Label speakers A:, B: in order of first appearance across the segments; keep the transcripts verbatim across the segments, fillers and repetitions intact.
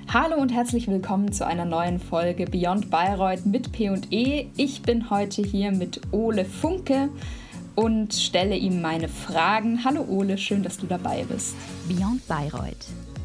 A: Hallo und herzlich willkommen zu einer neuen Folge Beyond Bayreuth mit P und E. Ich bin heute hier mit Ole Funke und stelle ihm meine Fragen. Hallo Ole, schön, dass du dabei bist.
B: Beyond Bayreuth.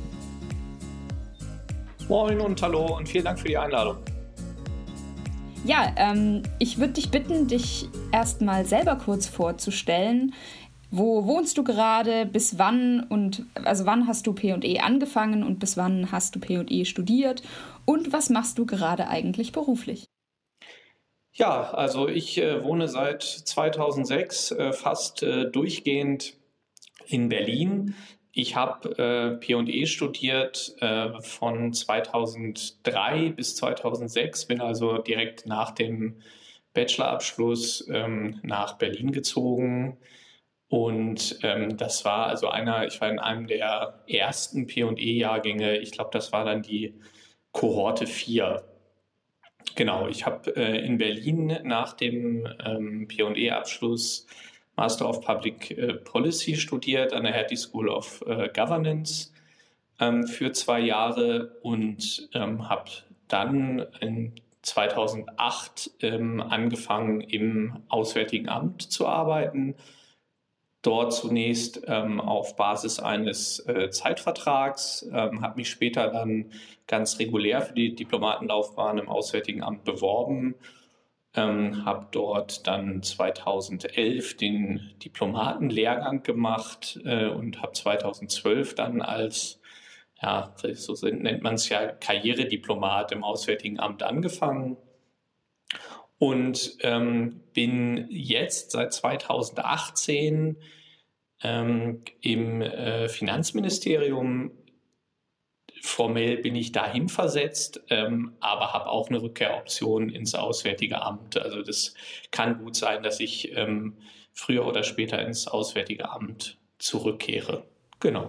C: Moin und hallo und vielen Dank für die Einladung.
A: Ja, ähm, ich würde dich bitten, dich erstmal selber kurz vorzustellen. Wo wohnst du gerade, bis wann und also wann hast du P und E angefangen und bis wann hast du P und E studiert und was machst du gerade eigentlich beruflich?
C: Ja, also ich äh, wohne seit zweitausendsechs äh, fast äh, durchgehend in Berlin. Ich habe äh, P und E studiert äh, von zweitausenddrei bis zweitausendsechs, bin also direkt nach dem Bachelorabschluss ähm, nach Berlin gezogen. Und ähm, das war also einer, ich war in einem der ersten P und E-Jahrgänge, ich glaube, das war dann die Kohorte vier. Genau, ich habe äh, in Berlin nach dem ähm, P und E-Abschluss Master of Public äh, Policy studiert an der Hertie School of äh, Governance ähm, für zwei Jahre und ähm, habe dann in zweitausendacht ähm, angefangen, im Auswärtigen Amt zu arbeiten. Dort zunächst ähm, auf Basis eines äh, Zeitvertrags, ähm, habe mich später dann ganz regulär für die Diplomatenlaufbahn im Auswärtigen Amt beworben, ähm, habe dort dann zweitausendelf den Diplomatenlehrgang gemacht äh, und habe zweitausendzwölf dann als, ja, so nennt man es ja, Karrierediplomat im Auswärtigen Amt angefangen. Und ähm, bin jetzt seit zweitausendachtzehn ähm, im äh, Finanzministerium. Formell bin ich dahin versetzt, ähm, aber habe auch eine Rückkehroption ins Auswärtige Amt. Also das kann gut sein, dass ich ähm, früher oder später ins Auswärtige Amt zurückkehre. Genau.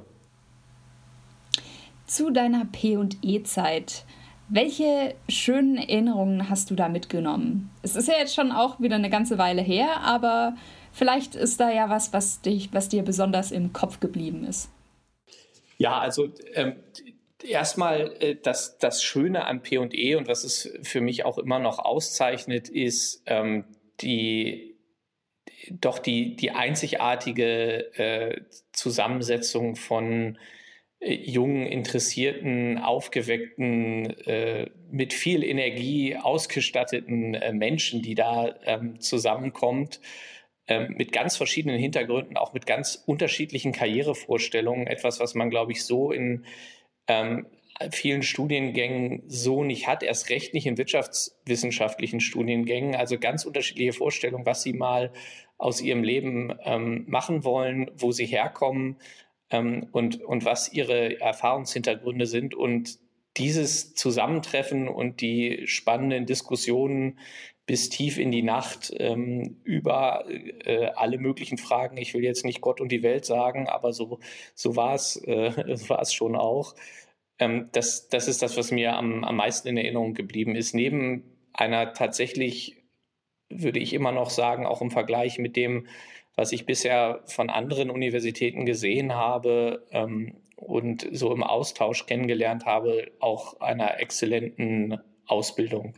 A: Zu deiner P und E-Zeit. Welche schönen Erinnerungen hast du da mitgenommen? Es ist ja jetzt schon auch wieder eine ganze Weile her, aber vielleicht ist da ja was, was, dich, was dir besonders im Kopf geblieben ist.
C: Ja, also ähm, erstmal äh, das, das Schöne an P und E und was es für mich auch immer noch auszeichnet, ist ähm, die doch die, die einzigartige äh, Zusammensetzung von jungen, interessierten, aufgeweckten, äh, mit viel Energie ausgestatteten äh, Menschen, die da ähm, zusammenkommt, ähm, mit ganz verschiedenen Hintergründen, auch mit ganz unterschiedlichen Karrierevorstellungen. Etwas, was man, glaube ich, so in ähm, vielen Studiengängen so nicht hat, erst recht nicht in wirtschaftswissenschaftlichen Studiengängen. Also ganz unterschiedliche Vorstellungen, was sie mal aus ihrem Leben ähm, machen wollen, wo sie herkommen, Ähm, und, und was ihre Erfahrungshintergründe sind. Und dieses Zusammentreffen und die spannenden Diskussionen bis tief in die Nacht ähm, über äh, alle möglichen Fragen. Ich will jetzt nicht Gott und die Welt sagen, aber so, so war es äh, war es schon auch. Ähm, das, das ist das, was mir am, am meisten in Erinnerung geblieben ist. Neben einer tatsächlich, würde ich immer noch sagen, auch im Vergleich mit dem, was ich bisher von anderen Universitäten gesehen habe ähm, und so im Austausch kennengelernt habe, auch einer exzellenten Ausbildung.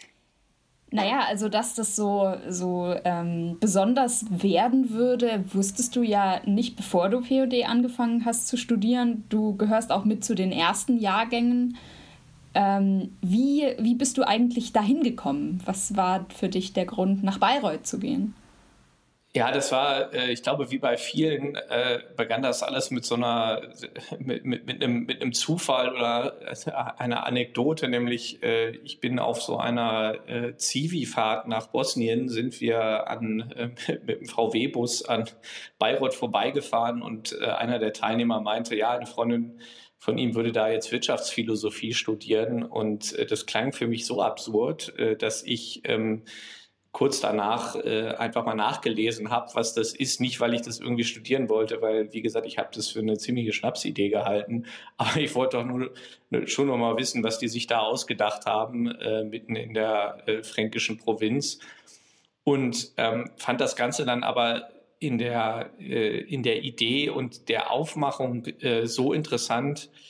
A: Naja, also dass das so, so ähm, besonders werden würde, wusstest du ja nicht, bevor du P und E angefangen hast zu studieren. Du gehörst auch mit zu den ersten Jahrgängen. Ähm, wie, wie bist du eigentlich dahin gekommen? Was war für dich der Grund, nach Bayreuth zu gehen?
C: Ja, das war, äh, ich glaube, wie bei vielen, äh, begann das alles mit so einer, mit, mit, mit, einem, mit einem Zufall oder einer Anekdote, nämlich äh, ich bin auf so einer äh, Zivi-Fahrt nach Bosnien, sind wir an, äh, mit dem V W-Bus an Bayreuth vorbeigefahren und äh, einer der Teilnehmer meinte, ja, eine Freundin von ihm würde da jetzt Wirtschaftsphilosophie studieren und äh, das klang für mich so absurd, äh, dass ich ähm, kurz danach äh, einfach mal nachgelesen habe, was das ist. Nicht, weil ich das irgendwie studieren wollte, weil, wie gesagt, ich habe das für eine ziemliche Schnapsidee gehalten. Aber ich wollte doch nur schon noch mal wissen, was die sich da ausgedacht haben, äh, mitten in der äh, fränkischen Provinz. Und ähm, fand das Ganze dann aber in der, äh, in der Idee und der Aufmachung äh, so interessant,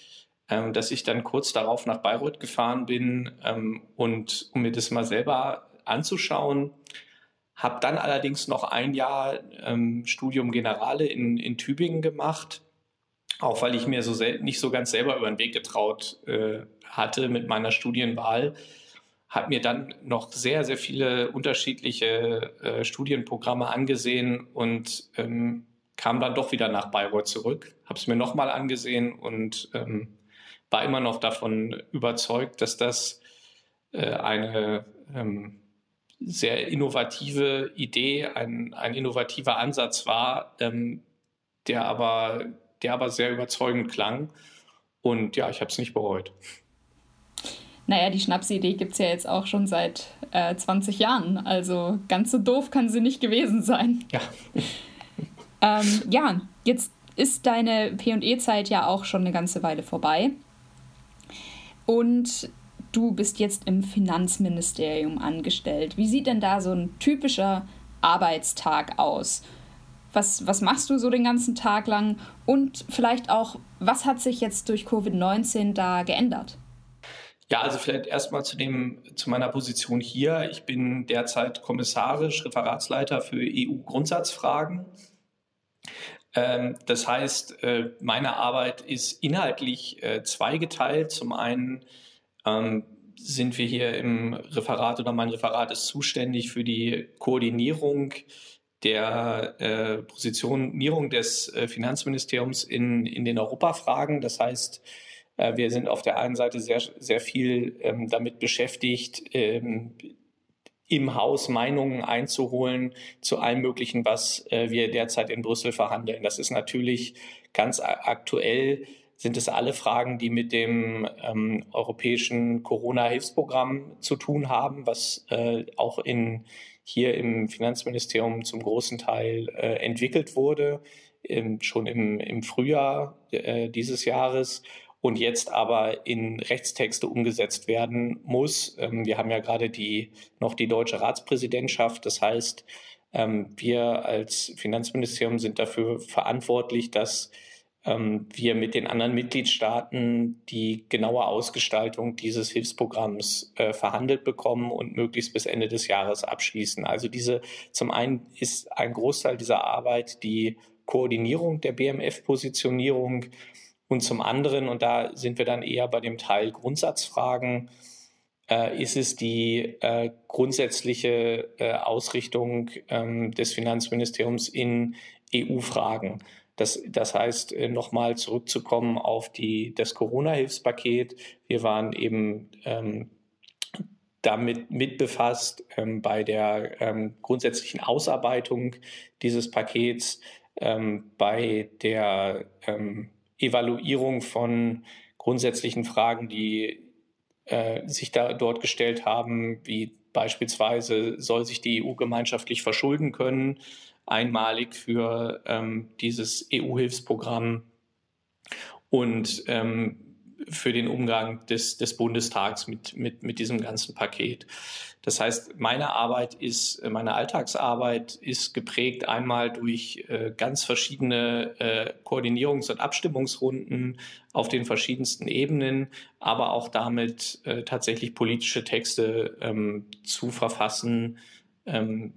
C: ähm, dass ich dann kurz darauf nach Bayreuth gefahren bin ähm, und um mir das mal selber anzuschauen. Habe dann allerdings noch ein Jahr ähm, Studium Generale in, in Tübingen gemacht, auch weil ich mir so sel- nicht so ganz selber über den Weg getraut äh, hatte mit meiner Studienwahl. Habe mir dann noch sehr, sehr viele unterschiedliche äh, Studienprogramme angesehen und ähm, kam dann doch wieder nach Bayreuth zurück. Habe es mir nochmal angesehen und ähm, war immer noch davon überzeugt, dass das äh, eine ähm, sehr innovative Idee, ein, ein innovativer Ansatz war, ähm, der, aber, der aber sehr überzeugend klang. Und ja, ich habe es nicht bereut.
A: Naja, die Schnapsidee gibt es ja jetzt auch schon seit äh, zwanzig Jahren. Also ganz so doof kann sie nicht gewesen sein.
C: Ja.
A: ähm, ja, jetzt ist deine P und E-Zeit ja auch schon eine ganze Weile vorbei. Und du bist jetzt im Finanzministerium angestellt. Wie sieht denn da so ein typischer Arbeitstag aus? Was, was machst du so den ganzen Tag lang? Und vielleicht auch, was hat sich jetzt durch Covid neunzehn da geändert?
C: Ja, also vielleicht erstmal zu dem, zu meiner Position hier. Ich bin derzeit kommissarisch, Referatsleiter für E U-Grundsatzfragen. Ähm, das heißt, äh, meine Arbeit ist inhaltlich äh, zweigeteilt. Zum einen ähm, sind wir hier im Referat oder mein Referat ist zuständig für die Koordinierung der äh, Positionierung des äh, Finanzministeriums in, in den Europafragen. Das heißt, äh, wir sind auf der einen Seite sehr, sehr viel ähm, damit beschäftigt, ähm, im Haus Meinungen einzuholen zu allem Möglichen, was äh, wir derzeit in Brüssel verhandeln. Das ist natürlich ganz aktuell, sind es alle Fragen, die mit dem ähm, europäischen Corona-Hilfsprogramm zu tun haben, was äh, auch in, hier im Finanzministerium zum großen Teil äh, entwickelt wurde, ähm, schon im, im Frühjahr äh, dieses Jahres und jetzt aber in Rechtstexte umgesetzt werden muss. Ähm, wir haben ja gerade die, noch die deutsche Ratspräsidentschaft. Das heißt, ähm, wir als Finanzministerium sind dafür verantwortlich, dass ähm, wir mit den anderen Mitgliedstaaten die genaue Ausgestaltung dieses Hilfsprogramms äh, verhandelt bekommen und möglichst bis Ende des Jahres abschließen. Also diese, zum einen ist ein Großteil dieser Arbeit die Koordinierung der B M F-Positionierung und zum anderen, und da sind wir dann eher bei dem Teil Grundsatzfragen, äh, ist es die äh, grundsätzliche äh, Ausrichtung ähm, des Finanzministeriums in E U-Fragen. Das, das heißt, äh, nochmal zurückzukommen auf die, das Corona-Hilfspaket. Wir waren eben ähm, damit mit befasst ähm, bei der ähm, grundsätzlichen Ausarbeitung dieses Pakets, ähm, bei der ähm, Evaluierung von grundsätzlichen Fragen, die äh, sich da dort gestellt haben, wie beispielsweise soll sich die E U gemeinschaftlich verschulden können, einmalig für ähm, dieses E U-Hilfsprogramm und ähm, für den Umgang des, des Bundestags mit, mit, mit diesem ganzen Paket. Das heißt, meine Arbeit ist, meine Alltagsarbeit ist geprägt einmal durch äh, ganz verschiedene äh, Koordinierungs- und Abstimmungsrunden auf den verschiedensten Ebenen, aber auch damit äh, tatsächlich politische Texte ähm, zu verfassen, ähm,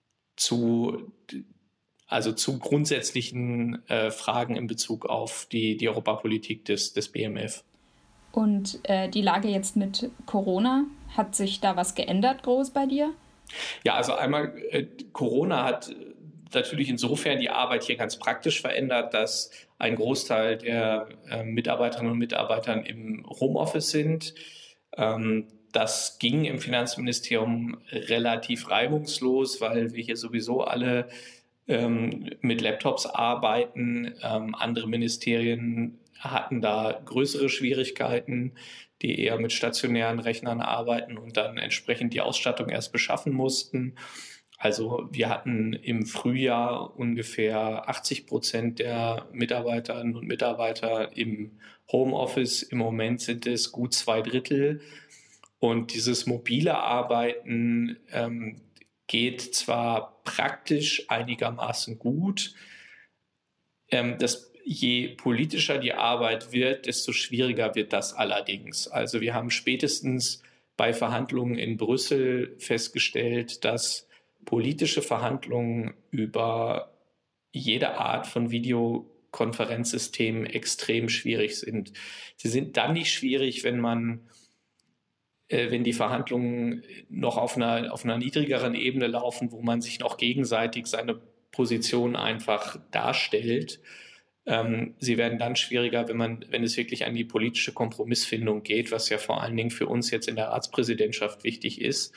C: zu also zu grundsätzlichen äh, Fragen in Bezug auf die, die Europapolitik des, des B M F.
A: Und äh, die Lage jetzt mit Corona, hat sich da was geändert groß bei dir?
C: Ja, also einmal, äh, Corona hat natürlich insofern die Arbeit hier ganz praktisch verändert, dass ein Großteil der äh, Mitarbeiterinnen und Mitarbeiter im Homeoffice sind. Ähm, das ging im Finanzministerium relativ reibungslos, weil wir hier sowieso alle ähm, mit Laptops arbeiten. Ähm, andere Ministerien hatten da größere Schwierigkeiten, die eher mit stationären Rechnern arbeiten und dann entsprechend die Ausstattung erst beschaffen mussten. Also wir hatten im Frühjahr ungefähr achtzig Prozent der Mitarbeiterinnen und Mitarbeiter im Homeoffice. Im Moment sind es gut zwei Drittel. Und dieses mobile Arbeiten ähm, geht zwar praktisch einigermaßen gut, ähm, das Je politischer die Arbeit wird, desto schwieriger wird das allerdings. Also wir haben spätestens bei Verhandlungen in Brüssel festgestellt, dass politische Verhandlungen über jede Art von Videokonferenzsystemen extrem schwierig sind. Sie sind dann nicht schwierig, wenn man, äh, wenn die Verhandlungen noch auf einer, auf einer niedrigeren Ebene laufen, wo man sich noch gegenseitig seine Position einfach darstellt. Ähm, sie werden dann schwieriger, wenn man, wenn es wirklich an die politische Kompromissfindung geht, was ja vor allen Dingen für uns jetzt in der Ratspräsidentschaft wichtig ist.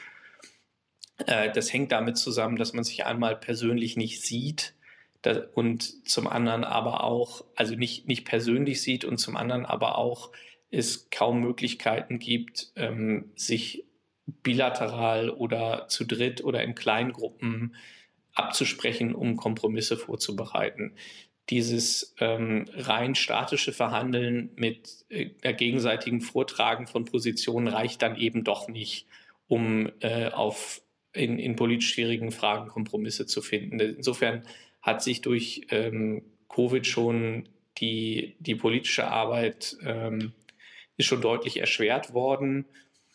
C: Äh, das hängt damit zusammen, dass man sich einmal persönlich nicht sieht, da, und zum anderen aber auch, also nicht, nicht persönlich sieht und zum anderen aber auch es kaum Möglichkeiten gibt, ähm, sich bilateral oder zu dritt oder in Kleingruppen abzusprechen, um Kompromisse vorzubereiten. Dieses ähm, rein statische Verhandeln mit äh, der gegenseitigen Vortragen von Positionen reicht dann eben doch nicht, um äh, auf in, in politisch schwierigen Fragen Kompromisse zu finden. Insofern hat sich durch ähm, Covid schon die, die politische Arbeit ähm, ist schon deutlich erschwert worden.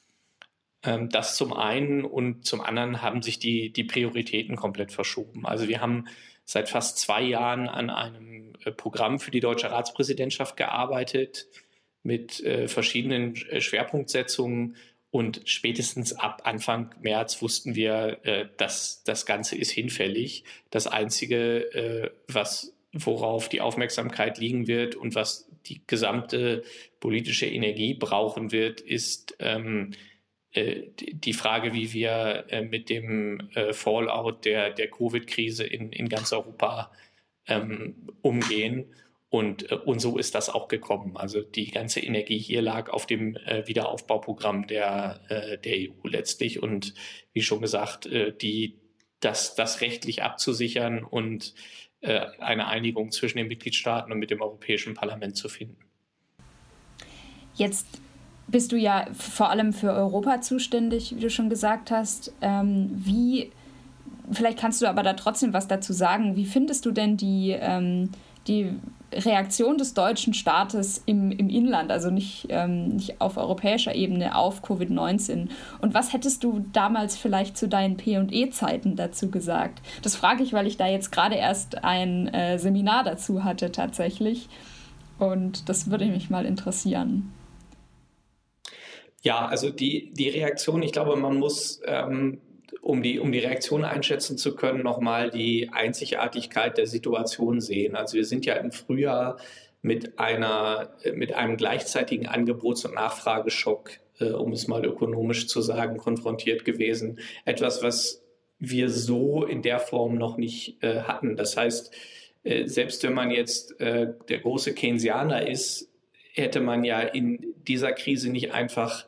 C: Ähm, das zum einen, und zum anderen haben sich die, die Prioritäten komplett verschoben. Also wir haben seit fast zwei Jahren an einem äh, Programm für die deutsche Ratspräsidentschaft gearbeitet mit äh, verschiedenen äh, Schwerpunktsetzungen. Und spätestens ab Anfang März wussten wir, äh, dass das Ganze ist hinfällig. Das Einzige, äh, was, worauf die Aufmerksamkeit liegen wird und was die gesamte politische Energie brauchen wird, ist ähm, äh, die Frage, wie wir äh, mit dem äh, Fallout der, der Covid-Krise in, in ganz Europa ähm, umgehen. Und, und so ist das auch gekommen. Also die ganze Energie hier lag auf dem äh, Wiederaufbauprogramm der, äh, der E U letztlich. Und wie schon gesagt, äh, die, das, das rechtlich abzusichern und äh, eine Einigung zwischen den Mitgliedstaaten und mit dem Europäischen Parlament zu finden.
A: Jetzt bist du ja vor allem für Europa zuständig, wie du schon gesagt hast. Ähm, wie, vielleicht kannst du aber da trotzdem was dazu sagen. Wie findest du denn die... Ähm, die Reaktion des deutschen Staates im, im Inland, also nicht, ähm, nicht auf europäischer Ebene, auf Covid neunzehn. Und was hättest du damals vielleicht zu deinen P und E-Zeiten dazu gesagt? Das frage ich, weil ich da jetzt gerade erst ein äh, Seminar dazu hatte tatsächlich. Und das würde mich mal interessieren.
C: Ja, also die, die Reaktion, ich glaube, man muss... Ähm Um die, um die Reaktion einschätzen zu können, nochmal die Einzigartigkeit der Situation sehen. Also wir sind ja im Frühjahr mit, einer, mit einem gleichzeitigen Angebots- und Nachfrageschock, äh, um es mal ökonomisch zu sagen, konfrontiert gewesen. Etwas, was wir so in der Form noch nicht äh, hatten. Das heißt, äh, selbst wenn man jetzt äh, der große Keynesianer ist, hätte man ja in dieser Krise nicht einfach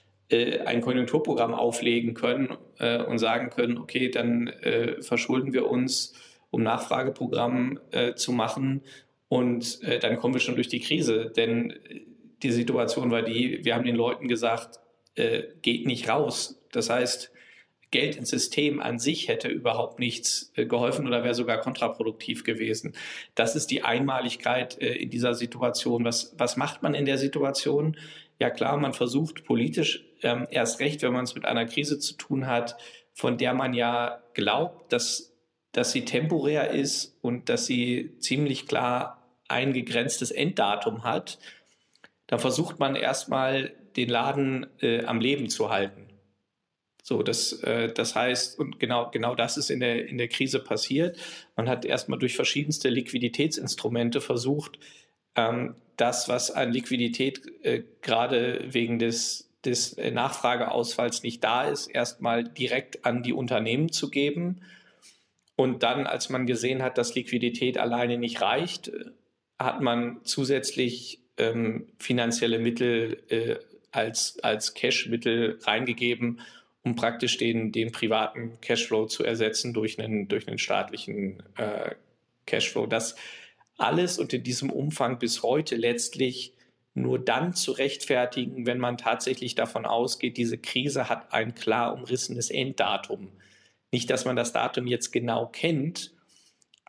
C: ein Konjunkturprogramm auflegen können äh, und sagen können, okay, dann äh, verschulden wir uns, um Nachfrageprogramm äh, zu machen, und äh, dann kommen wir schon durch die Krise. Denn die Situation war die, wir haben den Leuten gesagt, äh, geht nicht raus. Das heißt, Geld ins System an sich hätte überhaupt nichts äh, geholfen oder wäre sogar kontraproduktiv gewesen. Das ist die Einmaligkeit äh, in dieser Situation. Was, was macht man in der Situation? Ja klar, man versucht politisch, ähm, erst recht, wenn man es mit einer Krise zu tun hat, von der man ja glaubt, dass, dass sie temporär ist und dass sie ziemlich klar ein gegrenztes Enddatum hat, dann versucht man erstmal den Laden äh, am Leben zu halten. So, das, äh, das heißt, und genau, genau das ist in der, in der Krise passiert. Man hat erstmal durch verschiedenste Liquiditätsinstrumente versucht, ähm, das, was an Liquidität äh, gerade wegen des, des Nachfrageausfalls nicht da ist, erstmal direkt an die Unternehmen zu geben. Und dann, als man gesehen hat, dass Liquidität alleine nicht reicht, hat man zusätzlich ähm, finanzielle Mittel äh, als, als Cash-Mittel reingegeben, um praktisch den, den privaten Cashflow zu ersetzen durch einen, durch einen staatlichen äh, Cashflow. Das alles und in diesem Umfang bis heute letztlich nur dann zu rechtfertigen, wenn man tatsächlich davon ausgeht, diese Krise hat ein klar umrissenes Enddatum. Nicht, dass man das Datum jetzt genau kennt,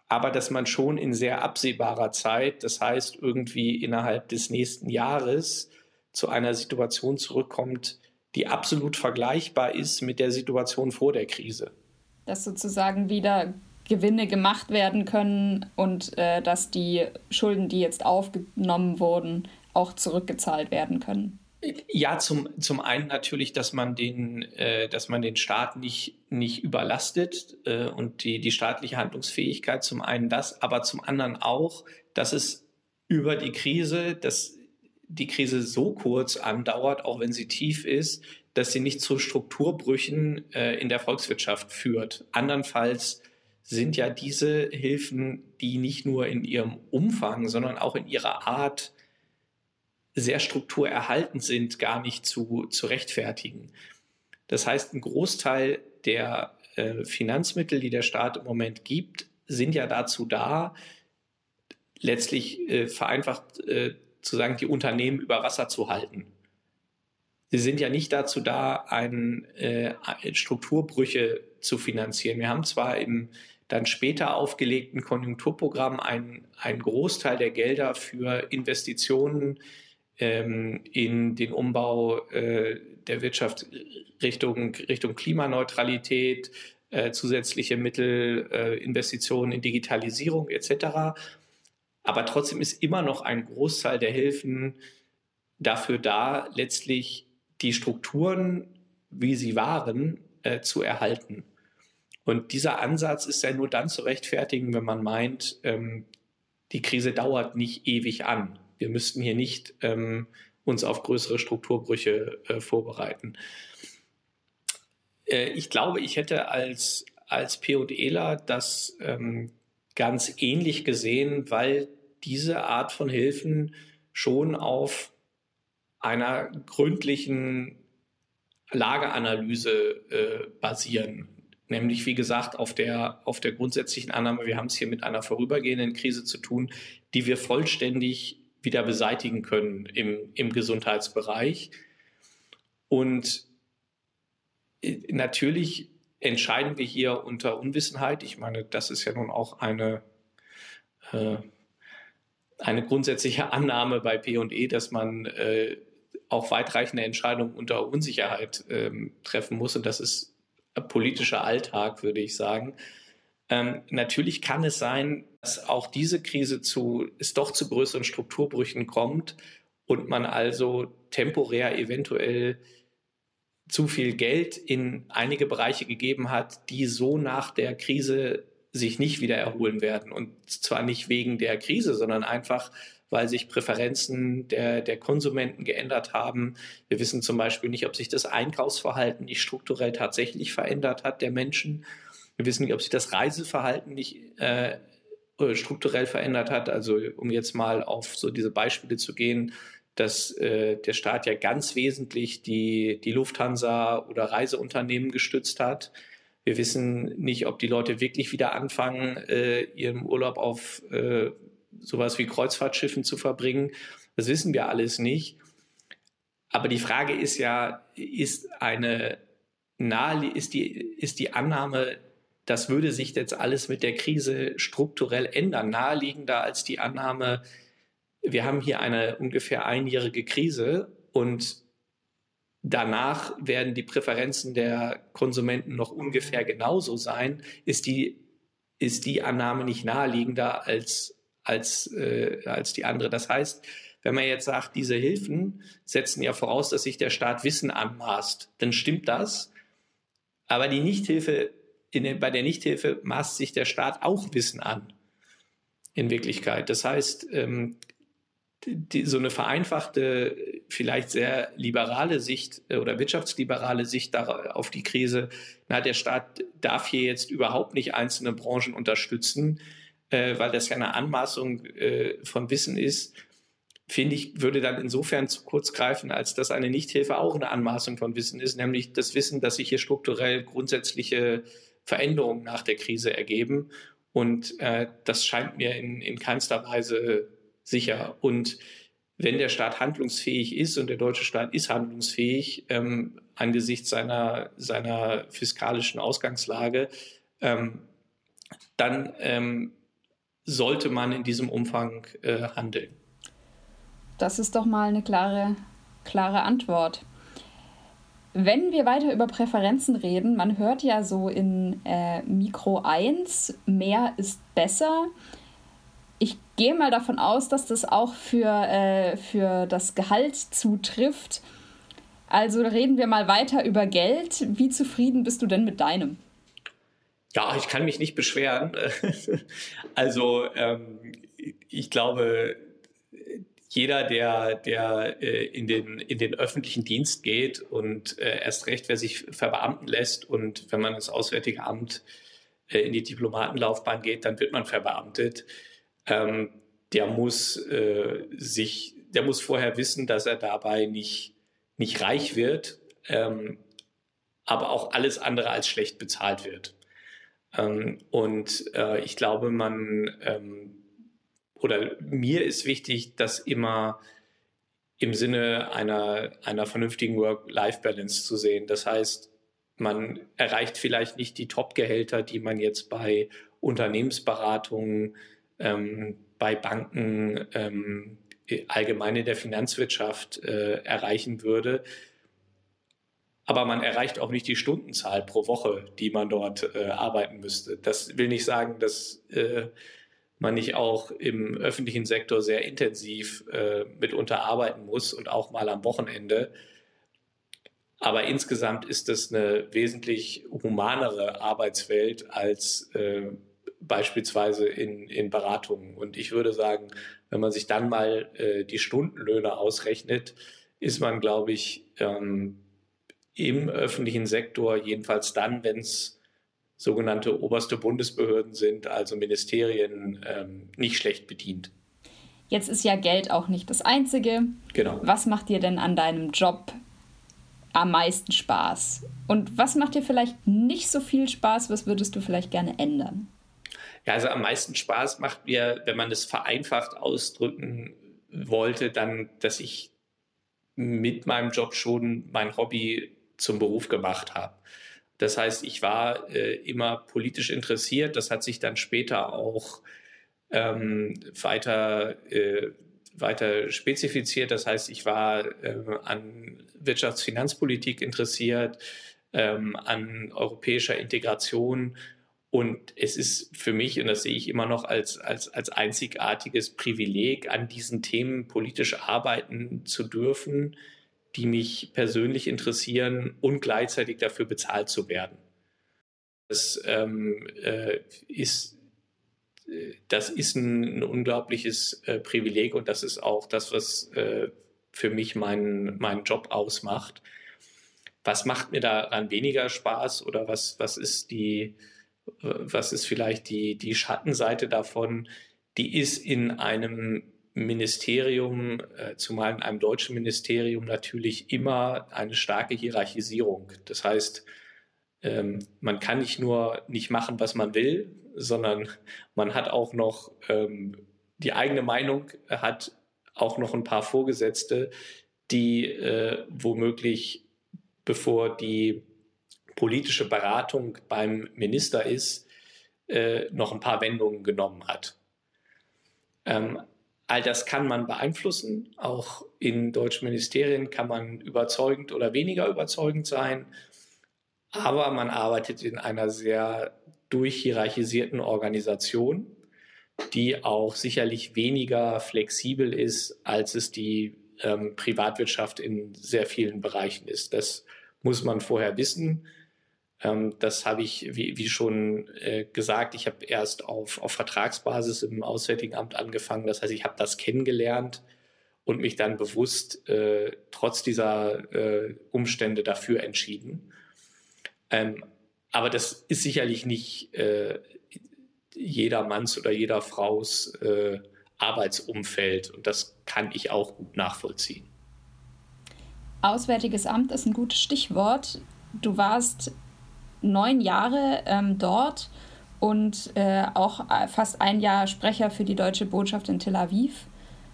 C: aber dass man schon in sehr absehbarer Zeit, das heißt irgendwie innerhalb des nächsten Jahres, zu einer Situation zurückkommt, die absolut vergleichbar ist mit der Situation vor der Krise.
A: Dass sozusagen wieder Gewinne gemacht werden können und äh, dass die Schulden, die jetzt aufgenommen wurden, auch zurückgezahlt werden können.
C: Ja, zum, zum einen natürlich, dass man den, äh, dass man den Staat nicht, nicht überlastet äh, und die, die staatliche Handlungsfähigkeit, zum einen das, aber zum anderen auch, dass es über die Krise, dass die Krise so kurz andauert, auch wenn sie tief ist, dass sie nicht zu Strukturbrüchen äh, in der Volkswirtschaft führt. Andernfalls sind ja diese Hilfen, die nicht nur in ihrem Umfang, sondern auch in ihrer Art sehr strukturerhaltend sind, gar nicht zu, zu rechtfertigen. Das heißt, ein Großteil der äh, Finanzmittel, die der Staat im Moment gibt, sind ja dazu da, letztlich äh, vereinfacht äh, zu sagen, die Unternehmen über Wasser zu halten. Sie sind ja nicht dazu da, ein, äh, Strukturbrüche zu finanzieren. Wir haben zwar im dann später aufgelegten Konjunkturprogramm einen, einen Großteil der Gelder für Investitionen ähm, in den Umbau äh, der Wirtschaft Richtung, Richtung Klimaneutralität, äh, zusätzliche Mittel, äh, Investitionen in Digitalisierung et cetera. Aber trotzdem ist immer noch ein Großteil der Hilfen dafür da, letztlich die Strukturen, wie sie waren, äh, zu erhalten. Und dieser Ansatz ist ja nur dann zu rechtfertigen, wenn man meint, ähm, die Krise dauert nicht ewig an. Wir müssten hier nicht ähm, uns auf größere Strukturbrüche äh, vorbereiten. Äh, ich glaube, ich hätte als, als PODler das ähm, ganz ähnlich gesehen, weil diese Art von Hilfen schon auf einer gründlichen Lageanalyse äh, basieren. Nämlich, wie gesagt, auf der, auf der grundsätzlichen Annahme, wir haben es hier mit einer vorübergehenden Krise zu tun, die wir vollständig wieder beseitigen können im, im Gesundheitsbereich. Und natürlich entscheiden wir hier unter Unwissenheit. Ich meine, das ist ja nun auch eine, äh, eine grundsätzliche Annahme bei P und E, dass man äh, auch weitreichende Entscheidungen unter Unsicherheit äh, treffen muss. Und das ist politischer Alltag, würde ich sagen. Ähm, natürlich kann es sein, dass auch diese Krise zu, es doch zu größeren Strukturbrüchen kommt und man also temporär eventuell zu viel Geld in einige Bereiche gegeben hat, die so nach der Krise sich nicht wieder erholen werden. Und zwar nicht wegen der Krise, sondern einfach, weil sich Präferenzen der, der Konsumenten geändert haben. Wir wissen zum Beispiel nicht, ob sich das Einkaufsverhalten nicht strukturell tatsächlich verändert hat der Menschen. Wir wissen nicht, ob sich das Reiseverhalten nicht äh, strukturell verändert hat. Also um jetzt mal auf so diese Beispiele zu gehen, dass äh, der Staat ja ganz wesentlich die, die Lufthansa oder Reiseunternehmen gestützt hat. Wir wissen nicht, ob die Leute wirklich wieder anfangen, äh, ihren Urlaub auf äh, sowas wie Kreuzfahrtschiffen zu verbringen. Das wissen wir alles nicht. Aber die Frage ist ja, ist eine nahe, ist die, ist die Annahme, das würde sich jetzt alles mit der Krise strukturell ändern, naheliegender als die Annahme, wir haben hier eine ungefähr einjährige Krise und danach werden die Präferenzen der Konsumenten noch ungefähr genauso sein, ist die, ist die Annahme nicht naheliegender als Als, äh, als die andere. Das heißt, wenn man jetzt sagt, diese Hilfen setzen ja voraus, dass sich der Staat Wissen anmaßt, dann stimmt das. Aber die Nichthilfe, in der, bei der Nichthilfe maßt sich der Staat auch Wissen an, in Wirklichkeit. Das heißt, ähm, die, so eine vereinfachte, vielleicht sehr liberale Sicht äh, oder wirtschaftsliberale Sicht da, auf die Krise, na, der Staat darf hier jetzt überhaupt nicht einzelne Branchen unterstützen, Äh, weil das ja eine Anmaßung äh, von Wissen ist, finde ich, würde dann insofern zu kurz greifen, als dass eine Nichthilfe auch eine Anmaßung von Wissen ist, nämlich das Wissen, dass sich hier strukturell grundsätzliche Veränderungen nach der Krise ergeben. Und äh, das scheint mir in, in keinster Weise sicher. Und wenn der Staat handlungsfähig ist, und der deutsche Staat ist handlungsfähig, ähm, angesichts seiner, seiner fiskalischen Ausgangslage, ähm, dann ähm, sollte man in diesem Umfang äh, handeln.
A: Das ist doch mal eine klare, klare Antwort. Wenn wir weiter über Präferenzen reden, man hört ja so in äh, Mikro eins, mehr ist besser. Ich gehe mal davon aus, dass das auch für, äh, für das Gehalt zutrifft. Also reden wir mal weiter über Geld. Wie zufrieden bist du denn mit deinem?
C: Ja, ich kann mich nicht beschweren. Also ähm, ich glaube, jeder, der, der äh, in, den, in den öffentlichen Dienst geht und äh, erst recht, wer sich verbeamten lässt und wenn man ins Auswärtige Amt äh, in die Diplomatenlaufbahn geht, dann wird man verbeamtet. Ähm, der muss äh, sich, der muss vorher wissen, dass er dabei nicht, nicht reich wird, ähm, aber auch alles andere als schlecht bezahlt wird. Ähm, und äh, ich glaube, man ähm, oder mir ist wichtig, das immer im Sinne einer, einer vernünftigen Work-Life-Balance zu sehen. Das heißt, man erreicht vielleicht nicht die Top-Gehälter, die man jetzt bei Unternehmensberatungen, ähm, bei Banken, ähm, allgemein in der Finanzwirtschaft äh, erreichen würde. Aber man erreicht auch nicht die Stundenzahl pro Woche, die man dort äh, arbeiten müsste. Das will nicht sagen, dass äh, man nicht auch im öffentlichen Sektor sehr intensiv äh, mitunter arbeiten muss und auch mal am Wochenende. Aber insgesamt ist es eine wesentlich humanere Arbeitswelt als äh, beispielsweise in, in Beratungen. Und ich würde sagen, wenn man sich dann mal äh, die Stundenlöhne ausrechnet, ist man, glaube ich, ähm, im öffentlichen Sektor, jedenfalls dann, wenn es sogenannte oberste Bundesbehörden sind, also Ministerien, ähm, nicht schlecht bedient.
A: Jetzt ist ja Geld auch nicht das Einzige.
C: Genau.
A: Was macht dir denn an deinem Job am meisten Spaß? Und was macht dir vielleicht nicht so viel Spaß? Was würdest du vielleicht gerne ändern?
C: Ja, also am meisten Spaß macht mir, wenn man es vereinfacht ausdrücken wollte, dann, dass ich mit meinem Job schon mein Hobby zum Beruf gemacht habe. Das heißt, ich war äh, immer politisch interessiert. Das hat sich dann später auch ähm, weiter, äh, weiter spezifiziert. Das heißt, ich war äh, an Wirtschaftsfinanzpolitik interessiert, ähm, an europäischer Integration. Und es ist für mich, und das sehe ich immer noch als, als, als einzigartiges Privileg, an diesen Themen politisch arbeiten zu dürfen, die mich persönlich interessieren und gleichzeitig dafür bezahlt zu werden. Das ähm, äh, ist, das ist ein, ein unglaubliches äh, Privileg und das ist auch das, was äh, für mich meinen, meinen Job ausmacht. Was macht mir daran weniger Spaß oder was, was ist die, was ist vielleicht die, die Schattenseite davon? Die ist in einem Ministerium, äh, zumal in einem deutschen Ministerium, natürlich immer eine starke Hierarchisierung. Das heißt, ähm, man kann nicht nur nicht machen, was man will, sondern man hat auch noch ähm, die eigene Meinung, hat auch noch ein paar Vorgesetzte, die äh, womöglich, bevor die politische Beratung beim Minister ist, äh, noch ein paar Wendungen genommen hat. Ähm, All das kann man beeinflussen. Auch in deutschen Ministerien kann man überzeugend oder weniger überzeugend sein. Aber man arbeitet in einer sehr durchhierarchisierten Organisation, die auch sicherlich weniger flexibel ist, als es die ähm, Privatwirtschaft in sehr vielen Bereichen ist. Das muss man vorher wissen. Ähm, das habe ich, wie, wie schon äh, gesagt, ich habe erst auf, auf Vertragsbasis im Auswärtigen Amt angefangen. Das heißt, ich habe das kennengelernt und mich dann bewusst äh, trotz dieser äh, Umstände dafür entschieden. Ähm, aber das ist sicherlich nicht äh, jedermanns oder jeder Fraus äh, Arbeitsumfeld und das kann ich auch gut nachvollziehen.
A: Auswärtiges Amt ist ein gutes Stichwort. Du warst neun Jahre ähm, dort und äh, auch fast ein Jahr Sprecher für die Deutsche Botschaft in Tel Aviv.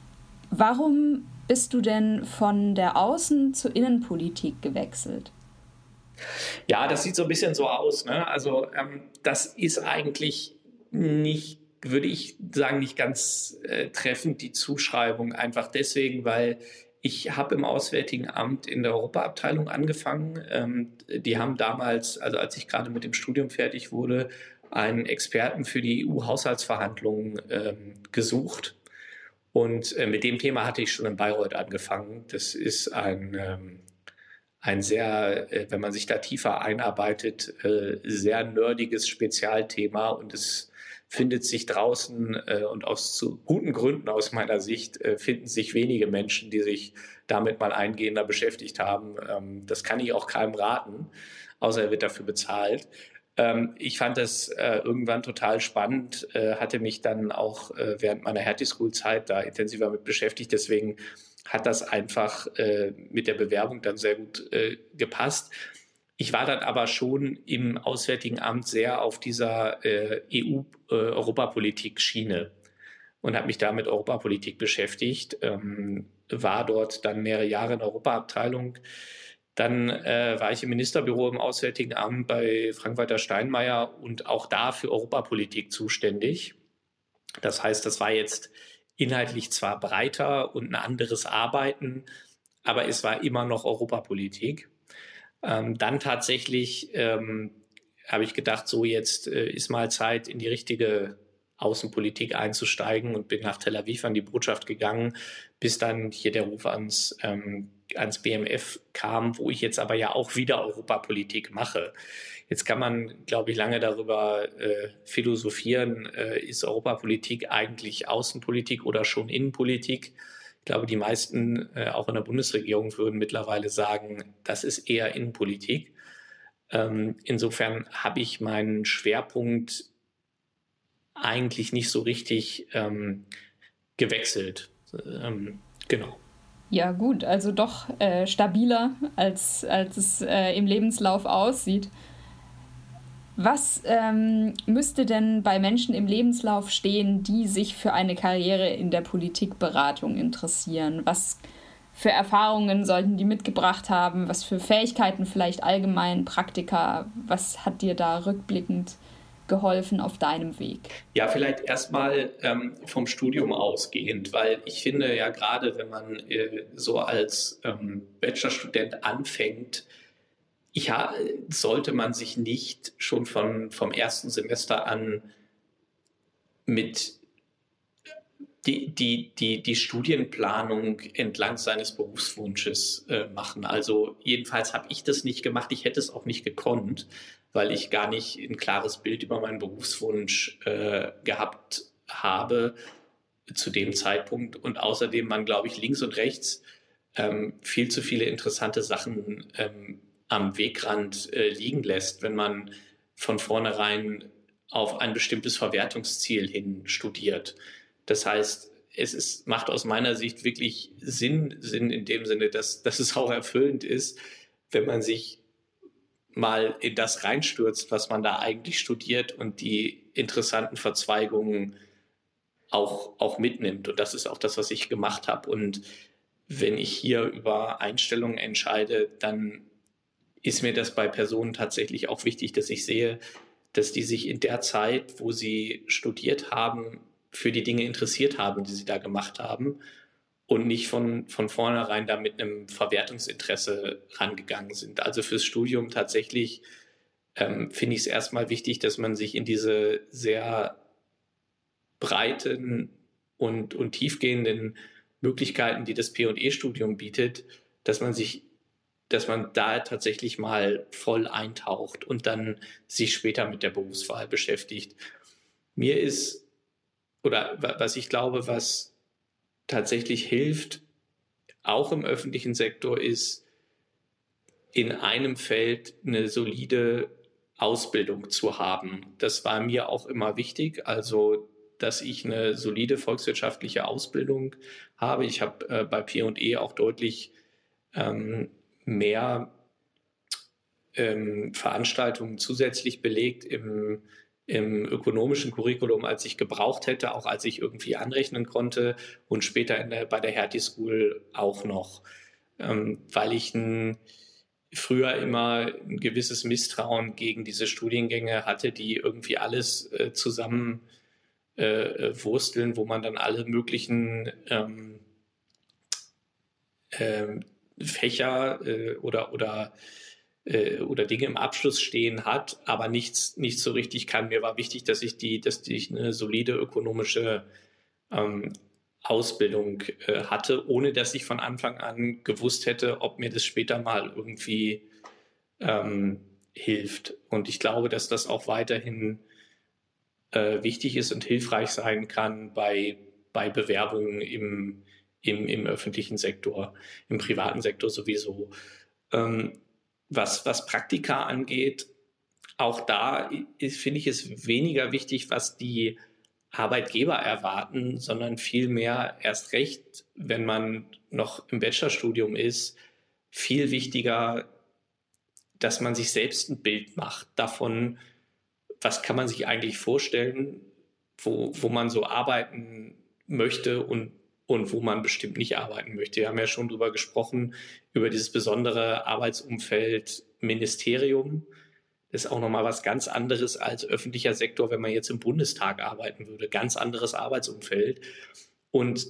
A: Warum bist du denn von der Außen- zur Innenpolitik gewechselt?
C: Ja, das sieht so ein bisschen so aus, ne? Also ähm, das ist eigentlich nicht würde ich sagen, nicht ganz äh, treffend, die Zuschreibung. Einfach deswegen, weil ich habe im Auswärtigen Amt in der Europaabteilung angefangen. Ähm, die haben damals, also als ich gerade mit dem Studium fertig wurde, einen Experten für die E U-Haushaltsverhandlungen ähm, gesucht. Und äh, mit dem Thema hatte ich schon in Bayreuth angefangen. Das ist ein, ähm, ein sehr, äh, wenn man sich da tiefer einarbeitet, äh, sehr nerdiges Spezialthema. Und es findet sich draußen äh, und aus zu guten Gründen aus meiner Sicht äh, finden sich wenige Menschen, die sich damit mal eingehender beschäftigt haben. Ähm, das kann ich auch keinem raten, außer er wird dafür bezahlt. Ähm, ich fand das äh, irgendwann total spannend, äh, hatte mich dann auch äh, während meiner Hertie School-Zeit da intensiver mit beschäftigt. Deswegen hat das einfach äh, mit der Bewerbung dann sehr gut äh, gepasst. Ich war dann aber schon im Auswärtigen Amt sehr auf dieser äh, E U-Europapolitik-Schiene und habe mich da mit Europapolitik beschäftigt, ähm, war dort dann mehrere Jahre in der Europaabteilung. Dann äh, war ich im Ministerbüro im Auswärtigen Amt bei Frank-Walter Steinmeier und auch da für Europapolitik zuständig. Das heißt, das war jetzt inhaltlich zwar breiter und ein anderes Arbeiten, aber es war immer noch Europapolitik. Ähm, dann tatsächlich ähm, habe ich gedacht, so jetzt äh, ist mal Zeit, in die richtige Außenpolitik einzusteigen und bin nach Tel Aviv an die Botschaft gegangen, bis dann hier der Ruf ans, ähm, ans B M F kam, wo ich jetzt aber ja auch wieder Europapolitik mache. Jetzt kann man, glaube ich, lange darüber äh, philosophieren, äh, ist Europapolitik eigentlich Außenpolitik oder schon Innenpolitik? Ich glaube, die meisten, äh, auch in der Bundesregierung, würden mittlerweile sagen, das ist eher Innenpolitik. Ähm, insofern habe ich meinen Schwerpunkt eigentlich nicht so richtig ähm, gewechselt. Ähm, genau.
A: Ja gut, also doch äh, stabiler, als, als es äh, im Lebenslauf aussieht. Was ähm, müsste denn bei Menschen im Lebenslauf stehen, die sich für eine Karriere in der Politikberatung interessieren? Was für Erfahrungen sollten die mitgebracht haben? Was für Fähigkeiten vielleicht allgemein, Praktika? Was hat dir da rückblickend geholfen auf deinem Weg?
C: Ja, vielleicht erstmal ähm, vom Studium ausgehend, weil ich finde ja gerade, wenn man äh, so als ähm, Bachelorstudent anfängt, ja, sollte man sich nicht schon von, vom ersten Semester an mit die, die, die, die Studienplanung entlang seines Berufswunsches äh, machen. Also jedenfalls habe ich das nicht gemacht. Ich hätte es auch nicht gekonnt, weil ich gar nicht ein klares Bild über meinen Berufswunsch äh, gehabt habe zu dem Zeitpunkt. Und außerdem man, glaube ich, links und rechts ähm, viel zu viele interessante Sachen ähm, am Wegrand äh, liegen lässt, wenn man von vornherein auf ein bestimmtes Verwertungsziel hin studiert. Das heißt, es ist, macht aus meiner Sicht wirklich Sinn, Sinn in dem Sinne, dass, dass es auch erfüllend ist, wenn man sich mal in das reinstürzt, was man da eigentlich studiert und die interessanten Verzweigungen auch, auch mitnimmt. Und das ist auch das, was ich gemacht habe. Und wenn ich hier über Einstellungen entscheide, dann ist mir das bei Personen tatsächlich auch wichtig, dass ich sehe, dass die sich in der Zeit, wo sie studiert haben, für die Dinge interessiert haben, die sie da gemacht haben und nicht von, von vornherein da mit einem Verwertungsinteresse rangegangen sind. Also fürs Studium tatsächlich ähm, finde ich es erstmal wichtig, dass man sich in diese sehr breiten und, und tiefgehenden Möglichkeiten, die das P und E-Studium bietet, dass man sich dass man da tatsächlich mal voll eintaucht und dann sich später mit der Berufswahl beschäftigt. Mir ist, oder was ich glaube, was tatsächlich hilft, auch im öffentlichen Sektor, ist, in einem Feld eine solide Ausbildung zu haben. Das war mir auch immer wichtig, also dass ich eine solide volkswirtschaftliche Ausbildung habe. Ich habe äh, bei P und E auch deutlich ähm, mehr ähm, Veranstaltungen zusätzlich belegt im, im ökonomischen Curriculum, als ich gebraucht hätte, auch als ich irgendwie anrechnen konnte und später in der, bei der Hertie School auch noch, ähm, weil ich ein, früher immer ein gewisses Misstrauen gegen diese Studiengänge hatte, die irgendwie alles äh, zusammen äh, wursteln, wo man dann alle möglichen ähm, äh, Fächer äh, oder, oder, äh, oder Dinge im Abschluss stehen hat, aber nichts, nichts so richtig kann. Mir war wichtig, dass ich, die, dass ich eine solide ökonomische ähm, Ausbildung äh, hatte, ohne dass ich von Anfang an gewusst hätte, ob mir das später mal irgendwie ähm, hilft. Und ich glaube, dass das auch weiterhin äh, wichtig ist und hilfreich sein kann bei, bei Bewerbungen im, im, im öffentlichen Sektor, im privaten Sektor sowieso. Ähm, was, was Praktika angeht, auch da finde ich es weniger wichtig, was die Arbeitgeber erwarten, sondern vielmehr erst recht, wenn man noch im Bachelorstudium ist, viel wichtiger, dass man sich selbst ein Bild macht davon, was kann man sich eigentlich vorstellen, wo, wo man so arbeiten möchte und, und wo man bestimmt nicht arbeiten möchte. Wir haben ja schon darüber gesprochen, über dieses besondere Arbeitsumfeld Ministerium. Das ist auch nochmal was ganz anderes als öffentlicher Sektor, wenn man jetzt im Bundestag arbeiten würde. Ganz anderes Arbeitsumfeld. Und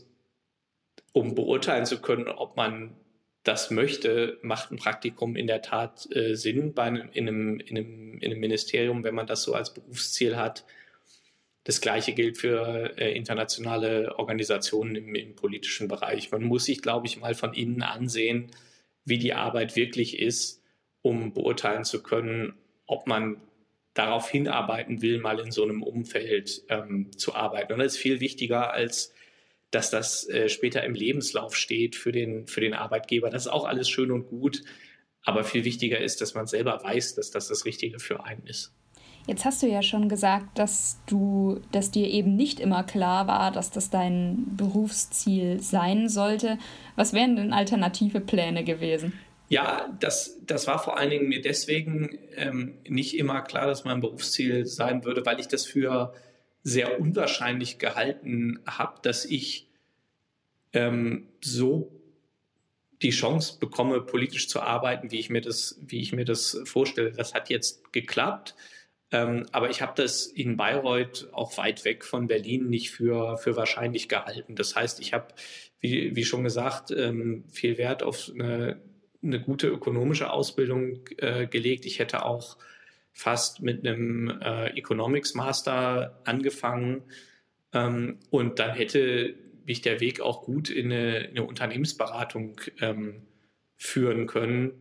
C: um beurteilen zu können, ob man das möchte, macht ein Praktikum in der Tat äh, Sinn bei einem, in, einem, in, einem, in einem Ministerium, wenn man das so als Berufsziel hat. Das Gleiche gilt für äh, internationale Organisationen im, im politischen Bereich. Man muss sich, glaube ich, mal von innen ansehen, wie die Arbeit wirklich ist, um beurteilen zu können, ob man darauf hinarbeiten will, mal in so einem Umfeld ähm, zu arbeiten. Und das ist viel wichtiger, als dass das äh, später im Lebenslauf steht für den, für den Arbeitgeber. Das ist auch alles schön und gut, aber viel wichtiger ist, dass man selber weiß, dass das das Richtige für einen ist.
A: Jetzt hast du ja schon gesagt, dass du, dass dir eben nicht immer klar war, dass das dein Berufsziel sein sollte. Was wären denn alternative Pläne gewesen?
C: Ja, das, das war vor allen Dingen mir deswegen ähm, nicht immer klar, dass mein Berufsziel sein würde, weil ich das für sehr unwahrscheinlich gehalten habe, dass ich ähm, so die Chance bekomme, politisch zu arbeiten, wie ich mir das, wie ich mir das vorstelle. Das hat jetzt geklappt, ähm, aber ich habe das in Bayreuth, auch weit weg von Berlin, nicht für, für wahrscheinlich gehalten. Das heißt, ich habe, wie, wie schon gesagt, ähm, viel Wert auf eine, eine gute ökonomische Ausbildung äh, gelegt. Ich hätte auch fast mit einem äh, Economics Master angefangen ähm, und dann hätte mich der Weg auch gut in eine, in eine Unternehmensberatung ähm, führen können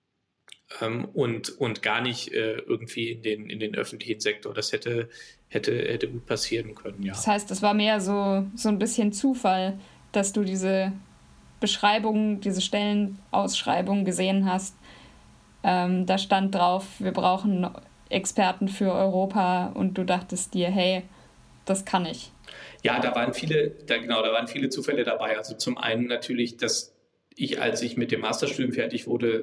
C: ähm, und, und gar nicht äh, irgendwie in den, in den öffentlichen Sektor. Das hätte, hätte, hätte gut passieren können, ja.
A: Das heißt, es war mehr so, so ein bisschen Zufall, dass du diese Beschreibung, diese Stellenausschreibung gesehen hast. Ähm, da stand drauf, wir brauchen Experten für Europa und du dachtest dir, hey, das kann ich.
C: Ja, da waren viele, da, genau, da waren viele Zufälle dabei. Also zum einen natürlich, dass ich, als ich mit dem Masterstudium fertig wurde,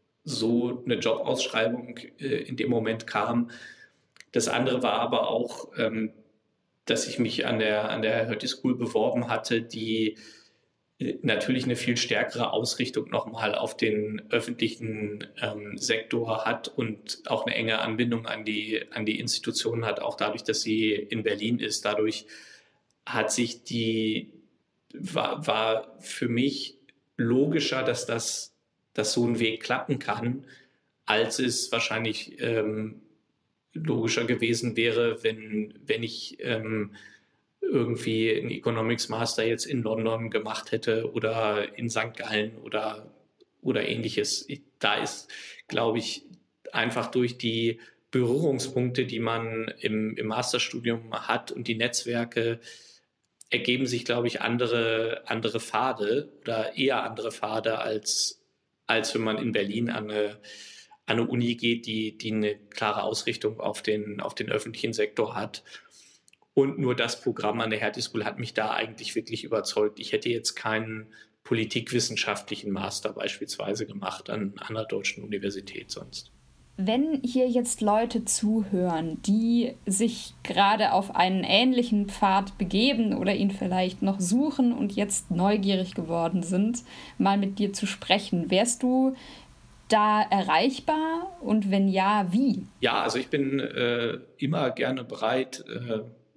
C: so eine Jobausschreibung äh, in dem Moment kam. Das andere war aber auch, ähm, dass ich mich an der, an der Hertie School beworben hatte, die natürlich eine viel stärkere Ausrichtung nochmal auf den öffentlichen ähm, Sektor hat und auch eine enge Anbindung an die, an die Institutionen hat, auch dadurch, dass sie in Berlin ist. Dadurch hat sich die, war, war für mich logischer, dass das, dass so ein Weg klappen kann, als es wahrscheinlich ähm, logischer gewesen wäre, wenn, wenn ich ähm, irgendwie einen Economics Master jetzt in London gemacht hätte oder in Sankt Gallen oder, oder ähnliches. Da ist, glaube ich, einfach durch die Berührungspunkte, die man im, im Masterstudium hat und die Netzwerke, ergeben sich, glaube ich, andere, andere Pfade oder eher andere Pfade, als, als wenn man in Berlin an eine, an eine Uni geht, die, die eine klare Ausrichtung auf den, auf den öffentlichen Sektor hat. Und nur das Programm an der Hertie School hat mich da eigentlich wirklich überzeugt. Ich hätte jetzt keinen politikwissenschaftlichen Master beispielsweise gemacht an, an einer deutschen Universität sonst.
A: Wenn hier jetzt Leute zuhören, die sich gerade auf einen ähnlichen Pfad begeben oder ihn vielleicht noch suchen und jetzt neugierig geworden sind, mal mit dir zu sprechen, wärst du da erreichbar und wenn ja, wie?
C: Ja, also ich bin äh, immer gerne bereit, äh,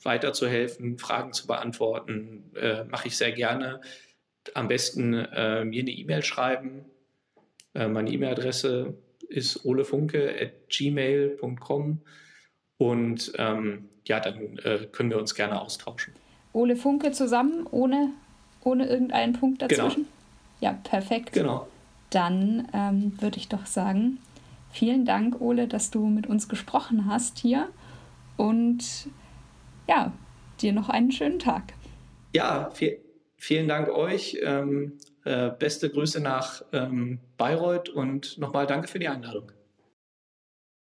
C: weiterzuhelfen, Fragen zu beantworten, äh, mache ich sehr gerne. Am besten äh, mir eine E-Mail schreiben. Äh, meine E-Mail-Adresse ist olefunke at gmail punkt com und ähm, ja, dann äh, können wir uns gerne austauschen.
A: Ole Funke zusammen, ohne, ohne irgendeinen Punkt dazwischen?
C: Genau.
A: Ja, perfekt.
C: Genau.
A: Dann ähm, würde ich doch sagen, vielen Dank, Ole, dass du mit uns gesprochen hast hier und ja, dir noch einen schönen Tag.
C: Ja, viel, vielen Dank euch. Ähm, äh, beste Grüße nach ähm, Bayreuth und nochmal danke für die Einladung.